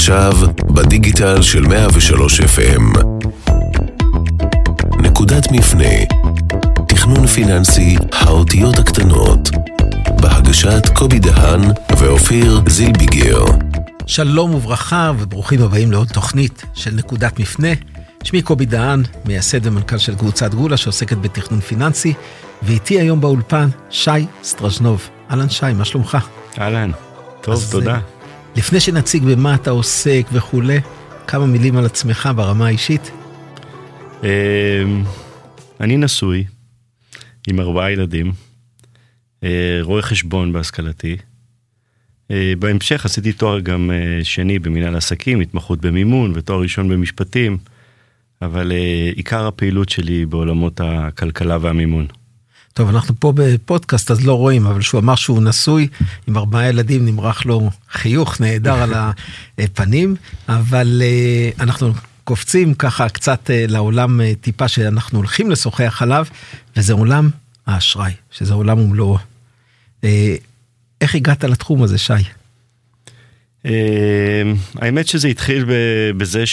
עכשיו בדיגיטל של 103 FM. נקודת מפנה, תכנון פיננסי, האותיות הקטנות, בהגשת קובי דהן ואופיר זילביגר. שלום וברכה וברוכים הבאים לעוד תוכנית של נקודת מפנה. שמי קובי דהן, מייסד ומנכ"ל של קבוצת גולה שעוסקת בתכנון פיננסי, ואיתי היום באולפן שי סטרז'נוב. אהלן שי, מה שלומך? אהלן, טוב, תודה. לפני שנציג במה אתה עוסק וכו', כמה מילים על עצמך ברמה האישית? אני נשוי, עם 4 ילדים, רואה חשבון בהשכלתי. בהמשך עשיתי תואר גם שני במנהל עסקים, התמחות במימון ותואר ראשון במשפטים, אבל עיקר הפעילות שלי בעולמות הכלכלה והמימון. טוב, אנחנו פה בפודקאסט, אז לא רואים, אבל שהוא אמר שהוא נשוי, עם 4 ילדים, נמרח לו חיוך נהדר על הפנים, אבל אנחנו קופצים ככה קצת לעולם טיפה שאנחנו הולכים לשוחח עליו, וזה עולם האשראי, שזה עולם ומלואו. איך הגעת לתחום הזה, שי? האמת שזה התחיל בזה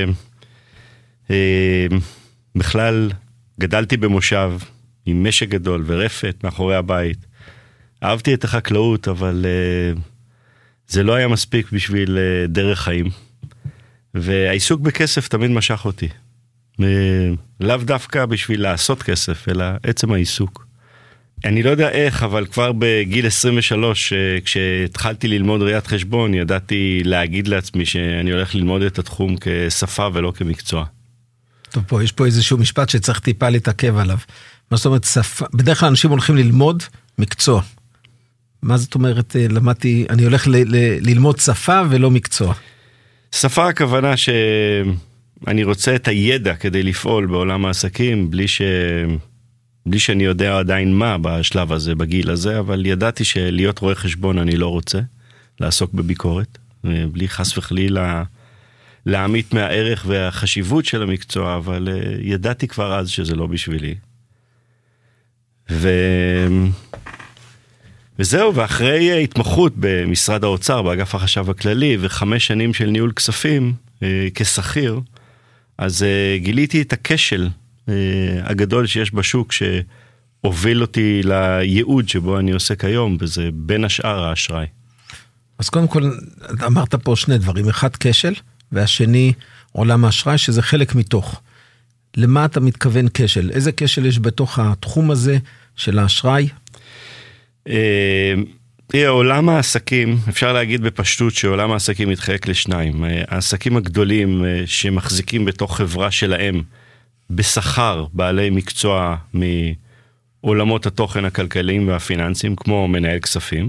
שבכלל גדלתי במושב, עם משק גדול ורפת מאחורי הבית. אהבתי את החקלאות, אבל זה לא היה מספיק בשביל דרך חיים. והעיסוק בכסף תמיד משך אותי. לאו דווקא בשביל לעשות כסף, אלא עצם העיסוק. אני לא יודע איך, אבל כבר בגיל 23, כשהתחלתי ללמוד ראיית חשבון, ידעתי להגיד לעצמי שאני הולך ללמוד את התחום כשפה ולא כמקצוע. טוב, יש פה איזשהו משפט שצריך טיפה להתעכב עליו. מה זאת אומרת, שפה, בדרך כלל אנשים הולכים ללמוד מקצוע. מה זאת אומרת, אני הולך ללמוד שפה ולא מקצוע. שפה הכוונה שאני רוצה את הידע כדי לפעול בעולם העסקים, בלי שאני יודע עדיין מה בשלב הזה, בגיל הזה, אבל ידעתי שלהיות רואה חשבון אני לא רוצה, לעסוק בביקורת, בלי חס וחלילה להעמיד מהערך והחשיבות של המקצוע, אבל ידעתי כבר אז שזה לא בשבילי. וזהו, ואחרי התמחות במשרד האוצר, באגף החשב הכללי, ו5 שנים של ניהול כספים כשכיר, אז גיליתי את הכשל הגדול שיש בשוק, שהוביל אותי לייעוד שבו אני עוסק היום, וזה בין השאר האשראי. אז קודם כל, אמרת פה 2 דברים, אחד כשל, והשני עולם האשראי, שזה חלק מתוך. למה אתה מתכוון כשל? איזה כשל יש בתוך התחום הזה של האשראי? עולם העסקים, אפשר להגיד בפשטות שעולם העסקים מתחלק ל2. העסקים הגדולים שמחזיקים בתוך חברה שלהם, בשכר בעלי מקצוע מעולמות התוכן הכלכליים והפיננסיים, כמו מנהל כספים,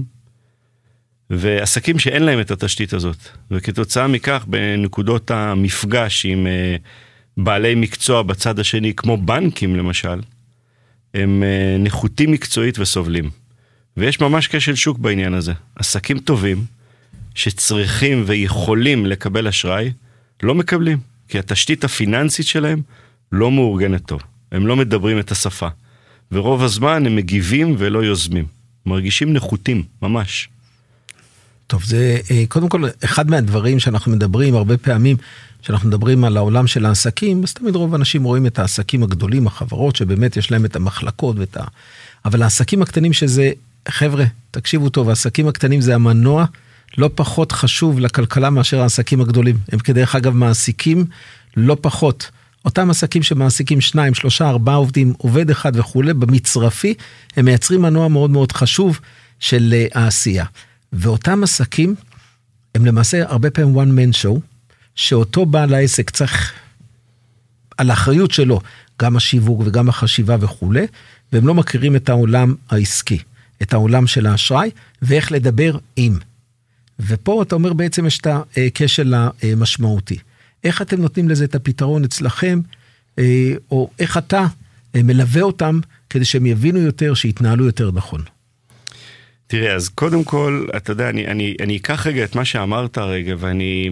ועסקים שאין להם את התשתית הזאת. וכתוצאה מכך, בנקודות המפגש עם בעלי מקצוע בצד השני, כמו בנקים למשל, הם נחותים מקצועית וסובלים. ויש ממש כשל שוק בעניין הזה. עסקים טובים שצריכים ויכולים לקבל אשראי, לא מקבלים, כי התשתית הפיננסית שלהם לא מאורגנת טוב. הם לא מדברים את השפה. ורוב הזמן הם מגיבים ולא יוזמים. מרגישים נחותים, ממש. טוב, זה קודם כל אחד מהדברים שאנחנו מדברים הרבה פעמים, שאנחנו מדברים על העולם של העסקים, אז תמיד רוב האנשים רואים את העסקים הגדולים, החברות שבאמת יש להם את המחלקות אבל העסקים הקטנים שזה, חבר'ה, תקשיבו טוב, העסקים הקטנים זה המנוע לא פחות חשוב לכלכלה מאשר העסקים הגדולים. הם כדרך אגב מעסיקים לא פחות. אותם עסקים שמעסיקים 2, 3, 4 עובדים, עובד אחד וכו', במצרפי, הם מייצרים מנוע מאוד מאוד חשוב של העשייה. ואותם עסקים, הם למעשה הרבה פעמים one man show, שאותו בעל העסק צריך, על האחריות שלו, גם השיווק וגם החשיבה וכו', והם לא מכירים את העולם העסקי, את העולם של האשראי, ואיך לדבר עם. ופה אתה אומר בעצם יש את הכשל המשמעותי. איך אתם נותנים לזה את הפתרון אצלכם, או איך אתה מלווה אותם, כדי שהם יבינו יותר, שיתנהלו יותר נכון. תראה, אז קודם כל, אתה יודע, אני אקח רגע את מה שאמרת רגע, ואני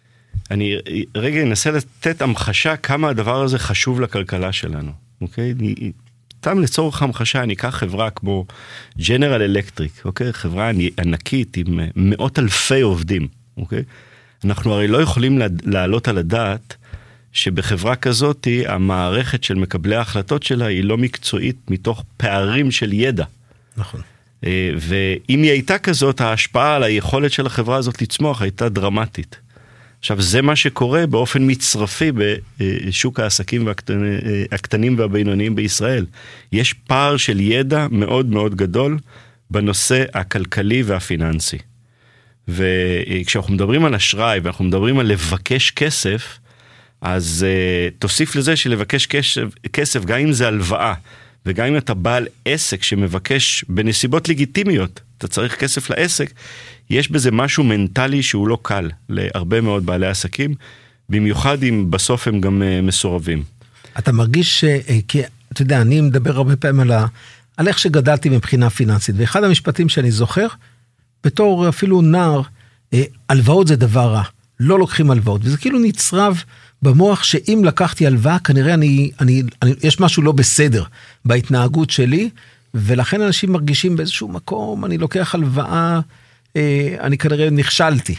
רגע אנסה לתת המחשה כמה הדבר הזה חשוב לכלכלה שלנו, אוקיי? סתם לצורך המחשה, אני אקח חברה כמו General Electric, אוקיי? חברה ענקית עם 100,000 עובדים, אוקיי? אנחנו הרי לא יכולים לעלות על הדעת שבחברה כזאת המערכת של מקבלי ההחלטות שלה היא לא מקצועית מתוך פערים של ידע. נכון. ואם היא הייתה כזאת, ההשפעה על היכולת של החברה הזאת לצמוח הייתה דרמטית. עכשיו, זה מה שקורה באופן מצרפי בשוק העסקים הקטנים והבינוניים בישראל. יש פער של ידע מאוד מאוד גדול בנושא הכלכלי והפיננסי. וכשאנחנו מדברים על אשראי ואנחנו מדברים על לבקש כסף, אז תוסיף לזה שלבקש כסף, גם אם זה הלוואה, וגם אם אתה בעל עסק שמבקש בנסיבות לגיטימיות, אתה צריך כסף לעסק, יש בזה משהו מנטלי שהוא לא קל להרבה מאוד בעלי עסקים, במיוחד אם בסוף הם גם מסורבים. אתה מרגיש כי, אתה יודע, אני מדבר הרבה פעמים על איך שגדלתי מבחינה פיננסית, ואחד המשפטים שאני זוכר, בתור אפילו נער, הלוואות זה דבר רע, לא לוקחים הלוואות, וזה כאילו נצרב במוח שאם לקחתי הלוואה, כנראה יש משהו לא בסדר בהתנהגות שלי, ולכן אנשים מרגישים באיזשהו מקום, אני לוקח הלוואה, אני כנראה נכשלתי.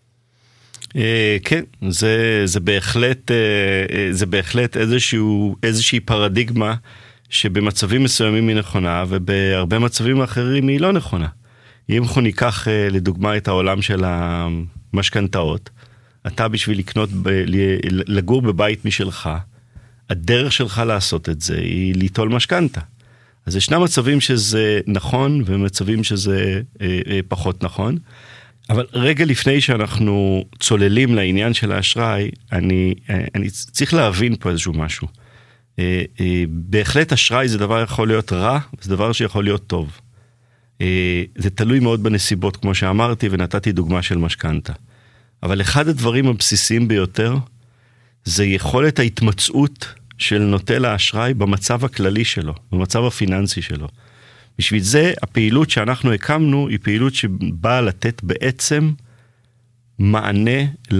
כן, זה בהחלט איזושהי פרדיגמה, שבמצבים מסוימים היא נכונה, ובהרבה מצבים אחרים היא לא נכונה. אם אנחנו ניקח לדוגמה את העולם של המשכנתאות, אתה בשביל לגור בבית משלך, הדרך שלך לעשות את זה היא ליטול משכנתה. אז ישנם מצבים שזה נכון, ומצבים שזה פחות נכון, אבל רגע לפני שאנחנו צוללים לעניין של האשראי, אני צריך להבין פה איזשהו משהו. בהחלט אשראי זה דבר יכול להיות רע, זה דבר שיכול להיות טוב. זה תלוי מאוד בנסיבות, כמו שאמרתי, ונתתי דוגמה של משכנתה. אבל אחד הדברים הבסיסיים ביותר, זה יכולת ההתמצאות של נוטל האשראי במצב הכללי שלו, במצב הפיננסי שלו. בשביל זה, הפעילות שאנחנו הקמנו, היא פעילות שבאה לתת בעצם מענה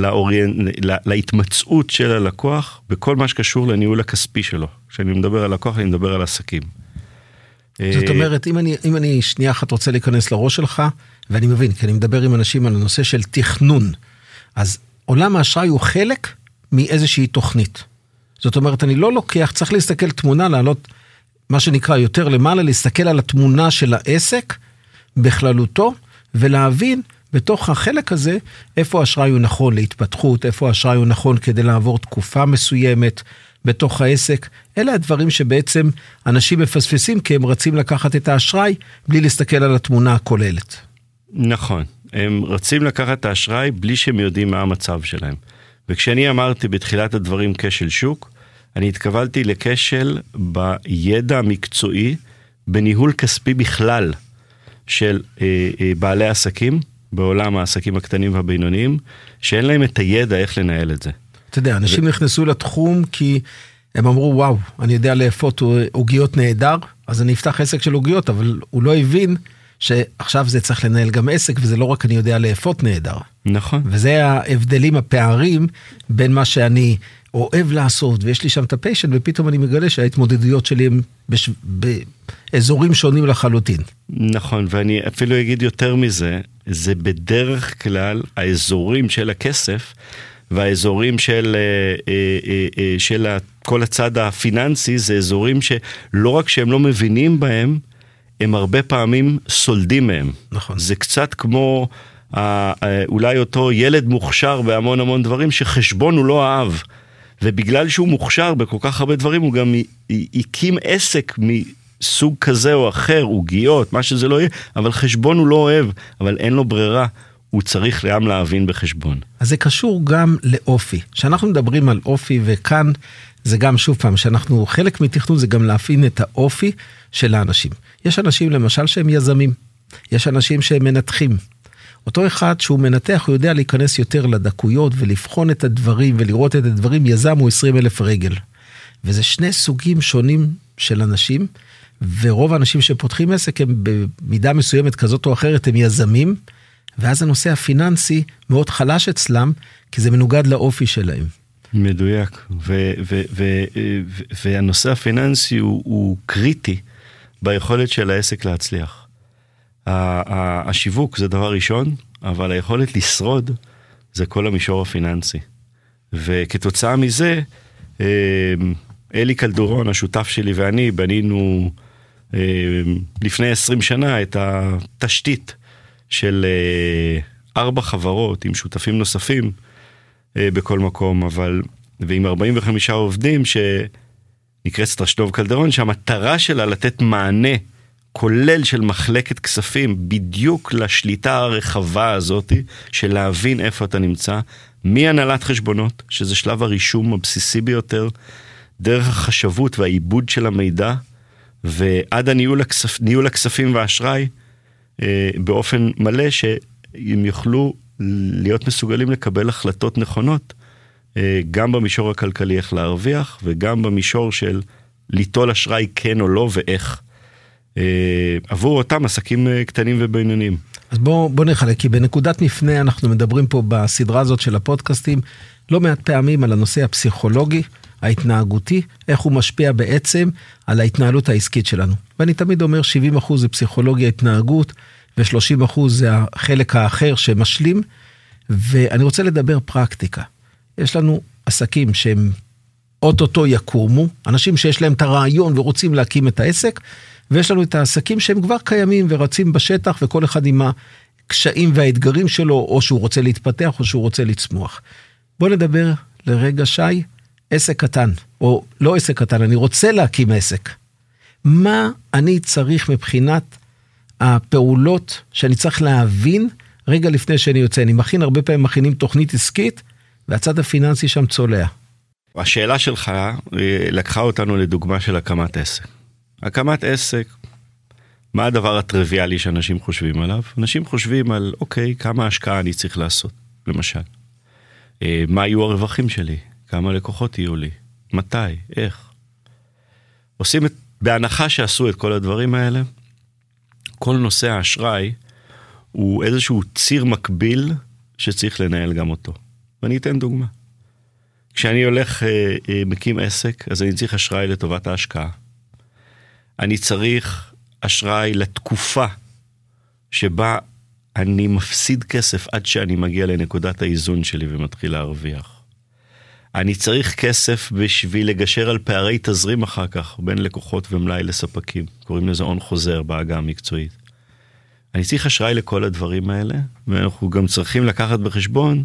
להתמצאות של הלקוח, בכל מה שקשור לניהול הכספי שלו. כשאני מדבר על לקוח, אני מדבר על עסקים. זאת אומרת, אם אני שנייה אחת רוצה להיכנס לראש שלך, ואני מבין, כי אני מדבר עם אנשים על הנושא של תכנון, אז עולם האשראי הוא חלק מאיזושהי תוכנית. זאת אומרת, אני לא לוקח, צריך להסתכל תמונה, לעלות מה שנקרא יותר למעלה, להסתכל על התמונה של העסק בכללותו, ולהבין בתוך החלק הזה, איפה האשראי הוא נכון להתפתחות, איפה האשראי הוא נכון כדי לעבור תקופה מסוימת בתוך העסק. אלה הדברים שבעצם אנשים מפספסים, כי הם רצים לקחת את האשראי, בלי להסתכל על התמונה הכוללת. נכון. הם רצים לקחת את האשראי בלי שהם יודעים מה המצב שלהם. וכשאני אמרתי בתחילת הדברים כשל שוק, אני התכוונתי לכשל בידע המקצועי, בניהול כספי בכלל של בעלי עסקים, בעולם העסקים הקטנים והבינוניים, שאין להם את הידע איך לנהל את זה. אתה יודע, אנשים נכנסו לתחום כי הם אמרו, וואו, אני יודע לאפות עוגיות נהדר, אז אני אפתח עסק של עוגיות, אבל הוא לא הבין שעכשיו זה צריך לנהל גם עסק, וזה לא רק אני יודע לאפות נהדר. נכון. וזה ההבדלים, הפערים, בין מה שאני אוהב לעשות, ויש לי שם את הפיישן, ופתאום אני מגלה שההתמודדויות שלי הם באזורים שונים לחלוטין. נכון, ואני אפילו אגיד יותר מזה, זה בדרך כלל האזורים של הכסף, והאזורים של כל הצד הפיננסי, זה אזורים שלא רק שהם לא מבינים בהם, הם הרבה פעמים סולדים מהם. נכון. זה קצת כמו אולי אותו ילד מוכשר בהמון המון דברים, שחשבון הוא לא אהב. ובגלל שהוא מוכשר בכל כך הרבה דברים, הוא גם הקים עסק מסוג כזה או אחר, עוגיות, מה שזה לא יהיה, אבל חשבון הוא לא אוהב, אבל אין לו ברירה, הוא צריך גם להבין בחשבון. אז זה קשור גם לאופי. כשאנחנו מדברים על אופי, וכאן זה גם שוב פעם, שאנחנו חלק מתכנון זה גם להפעין את האופי של האנשים. יש אנשים למשל שהם יזמים, יש אנשים שהם מנתחים. אותו אחד שהוא מנתח, הוא יודע להיכנס יותר לדקויות ולבחון את הדברים ולראות את הדברים, יזם הוא 20,000 רגל. וזה שני סוגים שונים של אנשים, ורוב האנשים שפותחים עסק הם במידה מסוימת כזאת או אחרת הם יזמים, ואז הנושא הפיננסי מאוד חלש אצלם, כי זה מנוגד לאופי שלהם. מדויק, והנושא הפיננסי הוא קריטי ביכולת של העסק להצליח. השיווק זה דבר ראשון, אבל היכולת לשרוד זה כל המישור הפיננסי. וכתוצאה מזה, אלי קלדורון, השותף שלי ואני, בנינו לפני 20 שנה את התשתית של 4 חברות עם שותפים נוספים בכל מקום, ועם 45 עובדים שנקראת סטרשטוב קלדרון, שהמטרה שלה לתת מענה כולל של מחלקת כספים, בדיוק לשליטה הרחבה הזאת, של להבין איפה אתה נמצא, מהנהלת חשבונות, שזה שלב הרישום הבסיסי ביותר, דרך החשבות והעיבוד של המידע, ועד ניהול הכספים והאשראי, באופן מלא, שהם יוכלו להיות מסוגלים לקבל החלטות נכונות, גם במישור הכלכלי איך להרוויח, וגם במישור של ליטול אשראי כן או לא ואיך, עבור אותם עסקים קטנים ובינוניים. אז בוא נחלק, כי בנקודת מפנה אנחנו מדברים פה בסדרה הזאת של הפודקאסטים, לא מעט פעמים על הנושא הפסיכולוגי, ההתנהגותי, איך הוא משפיע בעצם על ההתנהלות העסקית שלנו. ואני תמיד אומר 70% זה פסיכולוגיה התנהגות, ו30% זה החלק האחר שמשלים, ואני רוצה לדבר פרקטיקה. יש לנו עסקים שהם אוטוטו יקומו, אנשים שיש להם את הרעיון ורוצים להקים את העסק, ויש לנו את העסקים שהם כבר קיימים ורצים בשטח, וכל אחד עם הקשיים והאתגרים שלו, או שהוא רוצה להתפתח או שהוא רוצה לצמוח. בוא נדבר לרגע שי, עסק קטן, או לא עסק קטן, אני רוצה להקים עסק. מה אני צריך מבחינת הפעולות שאני צריך להבין רגע לפני שאני יוצא? אני מכין, הרבה פעמים מכינים תוכנית עסקית, והצד הפיננסי שם צולע. השאלה שלך לקחה אותנו לדוגמה של הקמת עסק. הקמת עסק, מה הדבר הטריוויאלי שאנשים חושבים עליו? אנשים חושבים על, אוקיי, כמה השקעה אני צריך לעשות, למשל. מה יהיו הרווחים שלי? כמה לקוחות יהיו לי? מתי? איך? עושים בהנחה שעשו את כל הדברים האלה, כל נושא האשראי הוא איזשהו ציר מקביל שצריך לנהל גם אותו. ואני אתן דוגמה. כשאני הולך, מקים עסק, אז אני צריך אשראי לטובת ההשקעה. אני צריך אשראי לתקופה שבה אני מפסיד כסף עד שאני מגיע לנקודת האיזון שלי ומתחיל להרוויח. אני צריך כסף בשביל לגשר על פערי תזרים אחר כך, בין לקוחות ומלאי לספקים. קוראים לזה הון חוזר בעגה המקצועית. אני צריך אשראי לכל הדברים האלה, ואנחנו גם צריכים לקחת בחשבון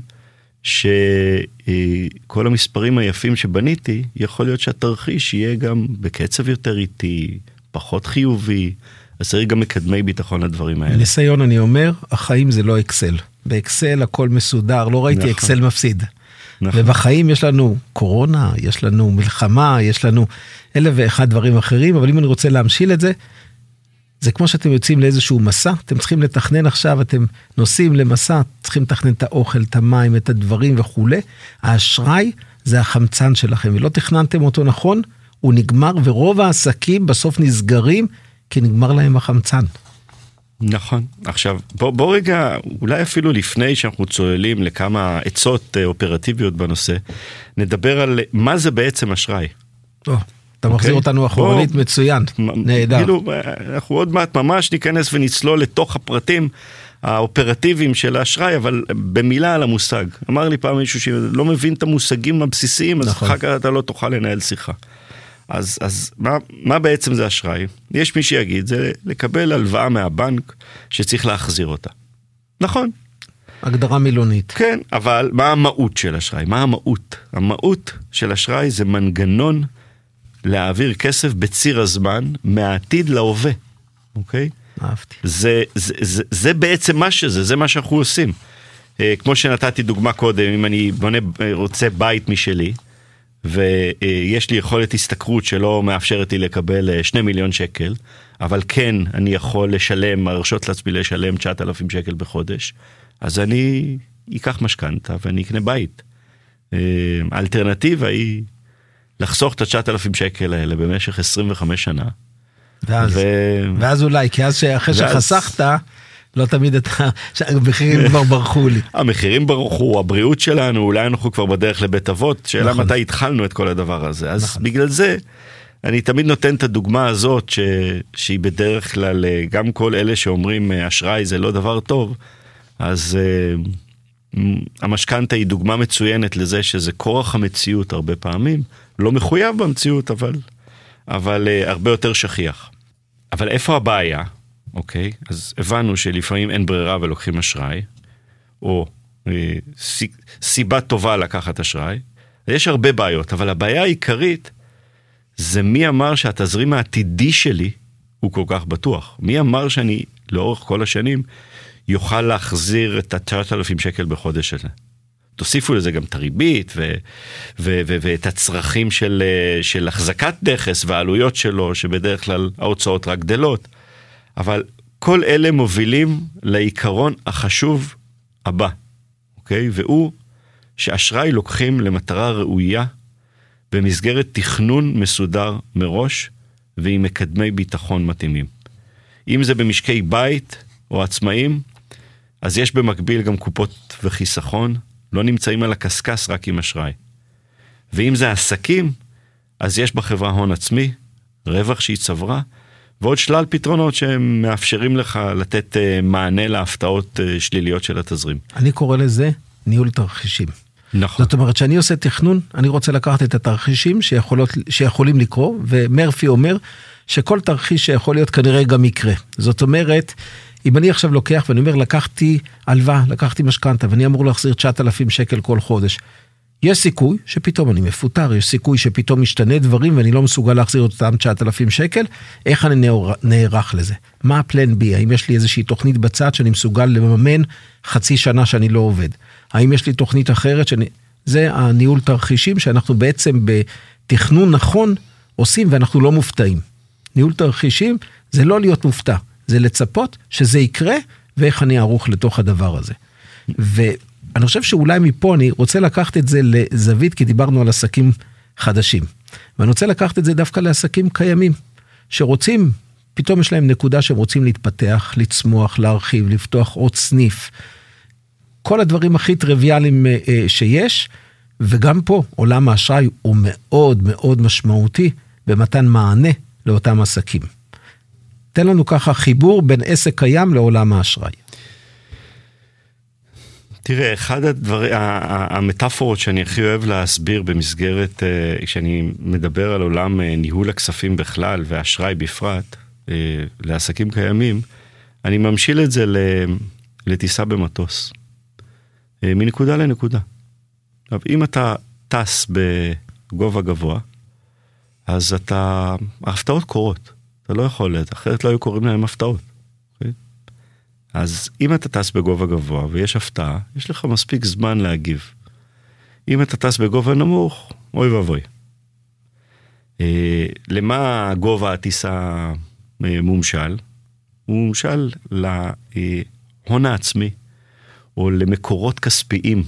שכל המספרים היפים שבניתי, יכול להיות שהתרחיש יהיה גם בקצב יותר איטי, פחות חיובי, אז צריך גם מקדמי ביטחון לדברים האלה. ניסיון אני אומר, החיים זה לא אקסל. באקסל הכל מסודר, לא ראיתי נכון. אקסל מפסיד. נכון. ובחיים יש לנו קורונה, יש לנו מלחמה, יש לנו 1,001 דברים אחרים, אבל אם אני רוצה להמשיל את זה, זה כמו שאתם יוצאים לאיזשהו מסע, אתם צריכים לתכנן עכשיו, אתם נוסעים למסע, צריכים לתכנן את האוכל, את המים, את הדברים וכו'. האשראי זה החמצן שלכם, ולא תכננתם אותו נכון, הוא נגמר, ורוב העסקים בסוף נסגרים, כי נגמר להם החמצן. נכון. עכשיו, בוא רגע, אולי אפילו לפני שאנחנו צוללים לכמה עצות אופרטיביות בנושא, נדבר על מה זה בעצם אשראי. אתה מחזיר אותנו אחורנית מצוין, נהדר. כאילו, אנחנו עוד מעט ממש ניכנס ונצלול לתוך הפרטים האופרטיביים של האשראי, אבל במילה על המושג. אמר לי פעם מישהו שלא מבין את המושגים הבסיסיים, אז אחר כך אתה לא תוכל לנהל שיחה. אז מה בעצם זה אשראי? יש מי שיגיד, זה לקבל הלוואה מהבנק שצריך להחזיר אותה. נכון. הגדרה מילונית. כן, אבל מה המהות של אשראי? מה המהות? המהות של אשראי זה מנגנון להעביר כסף בציר הזמן מהעתיד להווה. אוקיי? אהבתי. זה בעצם מה שזה, זה מה שאנחנו עושים. כמו שנתתי דוגמה קודם, אם אני רוצה בית משלי, ויש לי יכולת הסתכרות שלא מאפשרת לי לקבל 2 מיליון שקל, אבל כן אני יכול להרשות לעצמי לשלם 9,000 שקל בחודש, אז אני אקח משכנתה ואני אקנה בית. האלטרנטיבה היא לחסוך את 9,000 שקל האלה במשך 25 שנה. ואז אולי, כי אז אחרי שחסכת, לא תמיד המחירים כבר ברחו לי. המחירים ברחו, הבריאות שלנו, אולי אנחנו כבר בדרך לבית אבות, שאלה מתי התחלנו את כל הדבר הזה. אז בגלל זה, אני תמיד נותן את הדוגמה הזאת, שהיא בדרך כלל, גם כל אלה שאומרים אשראי זה לא דבר טוב, אז המשכנתה היא דוגמה מצוינת לזה שזה כורח המציאות הרבה פעמים, לא מחויב במציאות, אבל הרבה יותר שכיח. אבל איפה הבעיה? אוקיי, אז הבנו שלפעמים אין ברירה ולוקחים אשראי, או סיבה טובה לקחת אשראי. יש הרבה בעיות, אבל הבעיה העיקרית זה מי אמר שהתזרים העתידי שלי הוא כל כך בטוח. מי אמר שאני לאורך כל השנים יוכל להחזיר את ה-9,000 שקל בחודש הזה. תוסיפו לזה גם את הריבית ואת הצרכים של החזקת נכס והעלויות שלו, שבדרך כלל ההוצאות רק גדלות. אבל כל אלה מובילים לעיקרון החשוב הבא, אוקיי? והוא שאשראי לוקחים למטרה ראויה במסגרת תכנון מסודר מראש ועם מקדמי ביטחון מתאימים. אם זה במשקי בית או עצמאים, אז יש במקביל גם קופות וחיסכון, לא נמצאים על הקסקס רק עם אשראי. ואם זה עסקים, אז יש בחברה הון עצמי, רווח שהיא צברה, ועוד שלל פתרונות שהם מאפשרים לך לתת מענה להפתעות שליליות של התזרים. אני קורא לזה ניהול תרחישים. נכון. זאת אומרת שאני עושה תכנון, אני רוצה לקחת את התרחישים שיכולים לקרוא, ומרפי אומר שכל תרחיש שיכול להיות כנראה גם יקרה. זאת אומרת, אם אני עכשיו לוקח ואני אומר, לקחתי הלוואה, לקחתי משכנתה, ואני אמור להחזיר 9,000 שקל כל חודש, יש סיכוי שפתאום אני מפוטר, יש סיכוי שפתאום משתנה דברים, ואני לא מסוגל להחזיר אותם 9,000 שקל, איך אני נערך לזה? מה הפלן בי? האם יש לי איזושהי תוכנית בצד שאני מסוגל לממן חצי שנה שאני לא עובד? האם יש לי תוכנית אחרת? זה הניהול תרחישים שאנחנו בעצם בתכנון נכון עושים, ואנחנו לא מופתעים. ניהול תרחישים זה לא להיות מופתע, זה לצפות שזה יקרה, ואיך אני אערוך לתוך הדבר הזה. ואני חושב שאולי מפה אני רוצה לקחת את זה לזווית, כי דיברנו על עסקים חדשים. ואני רוצה לקחת את זה דווקא לעסקים קיימים, שרוצים, פתאום יש להם נקודה שהם רוצים להתפתח, לצמוח, להרחיב, לפתוח עוד סניף. כל הדברים הכי טריוויאליים שיש, וגם פה עולם האשראי הוא מאוד מאוד משמעותי, במתן מענה לאותם עסקים. תן לנו ככה חיבור בין עסק קיים לעולם האשראי. תראה, אחד הדברים, המטאפורות שאני הכי אוהב להסביר במסגרת, כשאני מדבר על עולם ניהול הכספים בכלל והאשראי בפרט, לעסקים קיימים, אני ממשיל את זה לטיסה במטוס. מנקודה לנקודה. אם אתה טס בגובה גבוה, אז ההפתעות קורות. אתה לא יכול, אחרת לא היו קוראים להם הפתעות. Okay? אז אם אתה טס בגובה גבוה ויש הפתעה, יש לך מספיק זמן להגיב. אם אתה טס בגובה נמוך, אוי ואבוי. למה גובה הטיסה מומשל? הוא מומשל להון העצמי, או למקורות כספיים,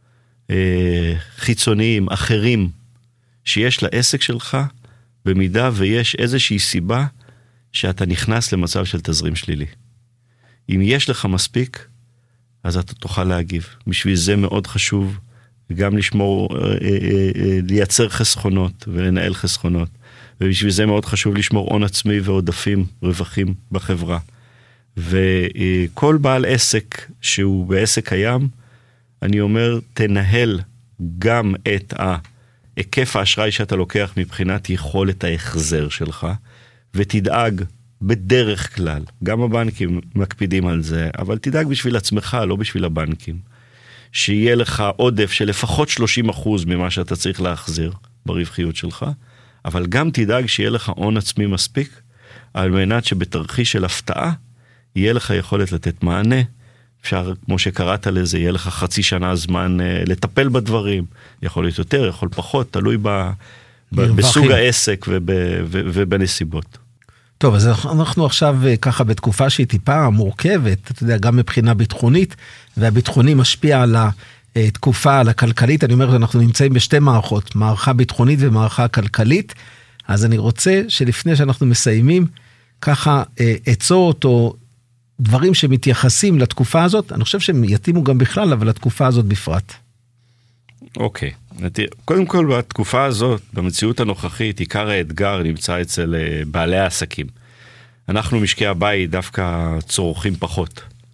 חיצוניים, אחרים, שיש לעסק שלך, במידה ויש איזושהי סיבה שאתה נכנס למצב של תזרים שלילי. אם יש לך מספיק, אז אתה תוכל להגיב. בשביל זה מאוד חשוב גם לשמור, לייצר חסכונות ולנהל חסכונות. ובשביל זה מאוד חשוב לשמור הון עצמי ועודפים, רווחים בחברה. וכל בעל עסק שהוא בעסק קיים, אני אומר, תנהל גם את היקף האשראי שאתה לוקח מבחינת יכולת ההחזר שלך, ותדאג בדרך כלל, גם הבנקים מקפידים על זה, אבל תדאג בשביל עצמך, לא בשביל הבנקים, שיהיה לך עודף של לפחות 30% ממה שאתה צריך להחזיר ברווחיות שלך, אבל גם תדאג שיהיה לך הון עצמי מספיק, על מנת שבתרחיש של הפתעה, יהיה לך יכולת לתת מענה, אפשר, כמו שקראת לזה, יהיה לך חצי שנה זמן לטפל בדברים, יכול להיות יותר, יכול פחות, תלוי בסוג העסק ובנסיבות. טוב, אז אנחנו עכשיו ככה בתקופה שהיא טיפה מורכבת, אתה יודע, גם מבחינה ביטחונית, והביטחוני משפיע על התקופה, על הכלכלית, אני אומר, אנחנו נמצאים בשתי מערכות, מערכה ביטחונית ומערכה כלכלית, אז אני רוצה שלפני שאנחנו מסיימים, ככה עצות או דברים שמתייחסים לתקופה הזאת, אני חושב שהם יתאימו גם בכלל, אבל לתקופה הזאת בפרט. אוקיי. קודם כל, בתקופה הזאת, במציאות הנוכחית, עיקר האתגר נמצא אצל בעלי העסקים. אנחנו, משקי הבית, דווקא צורכים פחות.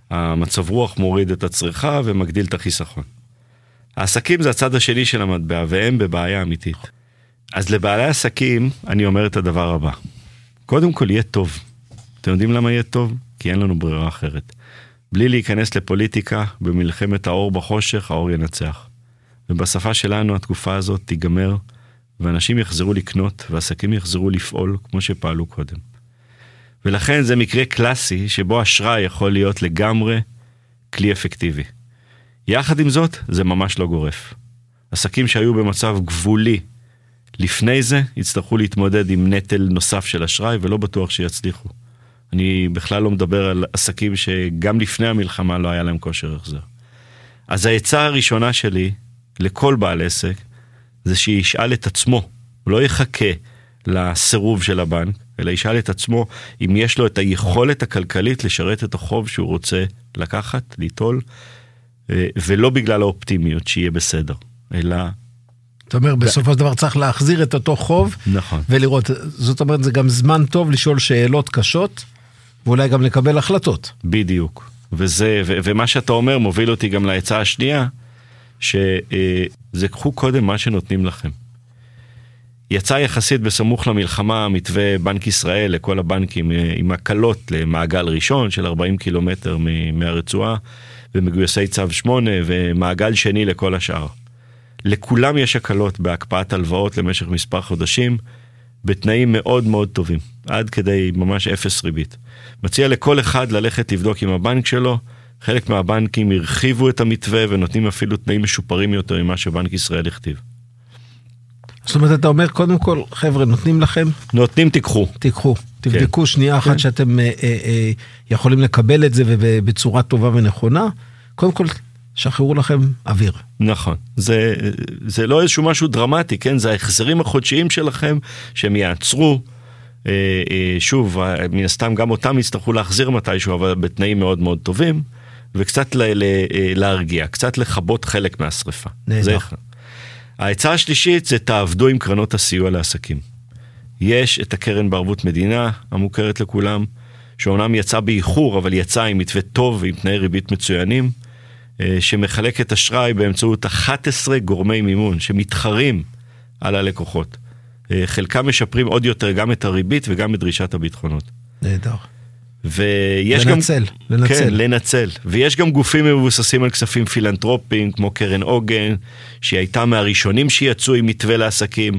המצב רוח מוריד את הצריכה ומגדיל את החיסכון. העסקים זה הצד השני של המטבע, והם בבעיה אמיתית. אז לבעלי עסקים אני אומר את הדבר הבא. קודם כל יהיה טוב. אתם יודעים למה יהיה טוב? כי אין לנו ברירה אחרת. בלי להיכנס לפוליטיקה, במלחמת האור בחושך, האור ינצח. ובשפה שלנו התקופה הזאת תיגמר, ואנשים יחזרו לקנות, ועסקים יחזרו לפעול כמו שפעלו קודם. ולכן זה מקרה קלאסי, שבו אשראי יכול להיות לגמרי כלי אפקטיבי. יחד עם זאת, זה ממש לא גורף. עסקים שהיו במצב גבולי לפני זה, יצטרכו להתמודד עם נטל נוסף של אשראי, ולא בטוח שיצליחו. אני בכלל לא מדבר על עסקים שגם לפני המלחמה לא היה להם כושר החזר. אז העצה הראשונה שלי לכל בעל עסק, זה שישאל את עצמו, הוא לא יחכה לסירוב של הבנק, אלא ישאל את עצמו אם יש לו את היכולת הכלכלית לשרת את החוב שהוא רוצה לקחת, ליטול, ולא בגלל האופטימיות שיהיה בסדר, אלא... זאת אומרת, בסופו של דבר צריך להחזיר את אותו חוב, נכון. ולראות, זאת אומרת, זה גם זמן טוב לשאול שאלות קשות, ואולי גם לקבל החלטות. בדיוק. ומה שאתה אומר מוביל אותי גם לעצה השנייה, שזה קחו קודם מה שנותנים לכם. יצא יחסית בסמוך למלחמה מתווה בנק ישראל לכל הבנקים עם הקלות למעגל ראשון של 40 קילומטר מהרצועה, ומגויסי צו 8 ומעגל שני לכל השאר. לכולם יש הקלות בהקפאת הלוואות למשך מספר חודשים, בתנאים מאוד מאוד טובים, עד כדי ממש אפס ריבית. מציע לכל אחד ללכת לבדוק עם הבנק שלו, חלק מהבנקים הרחיבו את המתווה ונותנים אפילו תנאים משופרים יותר ממה שבנק ישראל הכתיב. זאת אומרת, אתה אומר, קודם כל, חבר'ה, נותנים לכם? נותנים, תיקחו. תיקחו. תבדקו שנייה אחת שאתם יכולים לקבל את זה ובצורה טובה ונכונה. קודם כל, שחררו לכם אוויר. נכון. זה לא איזשהו משהו דרמטי, כן? זה ההחזרים החודשיים שלכם שהם יעצרו. שוב, מן הסתם גם אותם יצטרכו להחזיר מתישהו, אבל בתנאים מאוד מאוד טובים, וקצת להרגיע, קצת לחבות חלק מהשריפה. נהדר. העצה השלישית זה תעבדו עם קרנות הסיוע לעסקים. יש את הקרן בערבות מדינה, המוכרת לכולם, שאומנם יצא באיחור, אבל יצא עם מתווה טוב ועם תנאי ריבית מצוינים, שמחלקת אשראי באמצעות 11 גורמי מימון, שמתחרים על הלקוחות. חלקם משפרים עוד יותר גם את הריבית וגם את דרישת הביטחונות. נהדר. לנצל. כן, לנצל. ויש גם גופים מבוססים על כספים פילנטרופיים, כמו קרן עוגן, שהיא הייתה מהראשונים שיצאו עם מתווה לעסקים,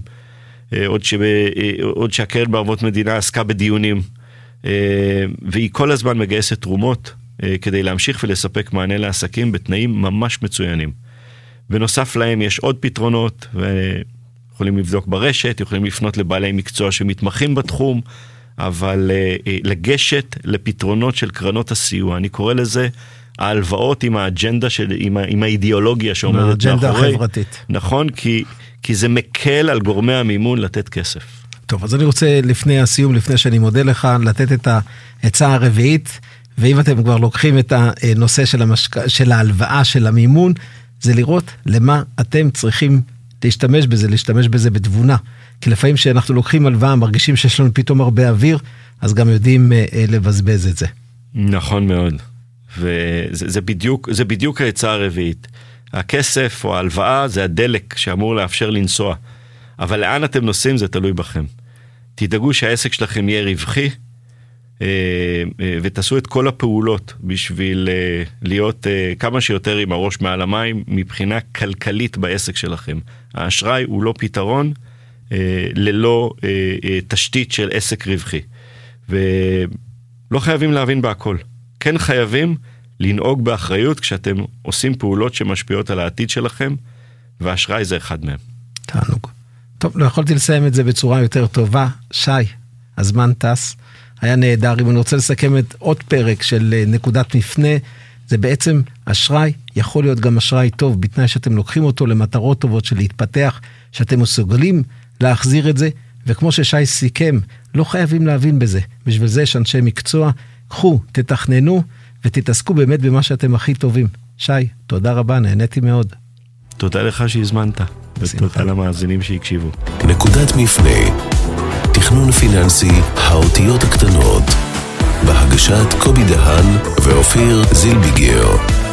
עוד שהקרן בערבות מדינה עסקה בדיונים, והיא כל הזמן מגייסת תרומות, כדי להמשיך ולספק מענה לעסקים בתנאים ממש מצוינים. בנוסף להם יש עוד פתרונות, ויכולים לבדוק ברשת, יכולים לפנות לבעלי מקצוע שמתמחים בתחום, אבל לגשת לפתרונות של קרנות הסיוע, אני קורא לזה ההלוואות עם האג'נדה, עם האידיאולוגיה שעומדת מאחורי. האג'נדה החברתית. נכון, כי זה מקל על גורמי המימון לתת כסף. טוב, אז אני רוצה לפני הסיום, לפני שאני מודה לך, לתת את העצה הרביעית, ואם אתם כבר לוקחים את הנושא של ההלוואה, של המימון, זה לראות למה אתם צריכים להשתמש בזה בתבונה. כי לפעמים שאנחנו לוקחים הלוואה, מרגישים שיש לנו פתאום הרבה אוויר, אז גם יודעים לבזבז את זה. נכון מאוד. וזה בדיוק העצה הרביעית. הכסף או ההלוואה זה הדלק שאמור לאפשר לנסוע. אבל לאן אתם נוסעים זה תלוי בכם. תדאגו שהעסק שלכם יהיה רווחי, ותעשו את כל הפעולות בשביל להיות כמה שיותר עם הראש מעל המים, מבחינה כלכלית בעסק שלכם. האשראי הוא לא פתרון, ללא תשתית של עסק רווחי. ולא חייבים להבין בהכל. כן חייבים לנהוג באחריות כשאתם עושים פעולות שמשפיעות על העתיד שלכם, והאשראי זה אחד מהם. תענוג. טוב, לא יכולתי לסיים את זה בצורה יותר טובה. שי, הזמן טס. היה נהדר. אם אני רוצה לסכם את עוד פרק של נקודת מפנה, זה בעצם אשראי, יכול להיות גם אשראי טוב, בתנאי שאתם לוקחים אותו למטרות טובות של להתפתח, שאתם מסוגלים להחזיר את זה, וכמו ששי סיכם, לא חייבים להבין בזה. בשביל זה יש אנשי מקצוע, קחו, תתכננו, ותתעסקו באמת במה שאתם הכי טובים. שי, תודה רבה, נהניתי מאוד. תודה לך שהזמנת, ותודה למאזינים שהקשיבו. נקודת מפנה, תכנון פיננסי, האותיות הקטנות, בהגשת קובי דהן ואופיר זילביגר.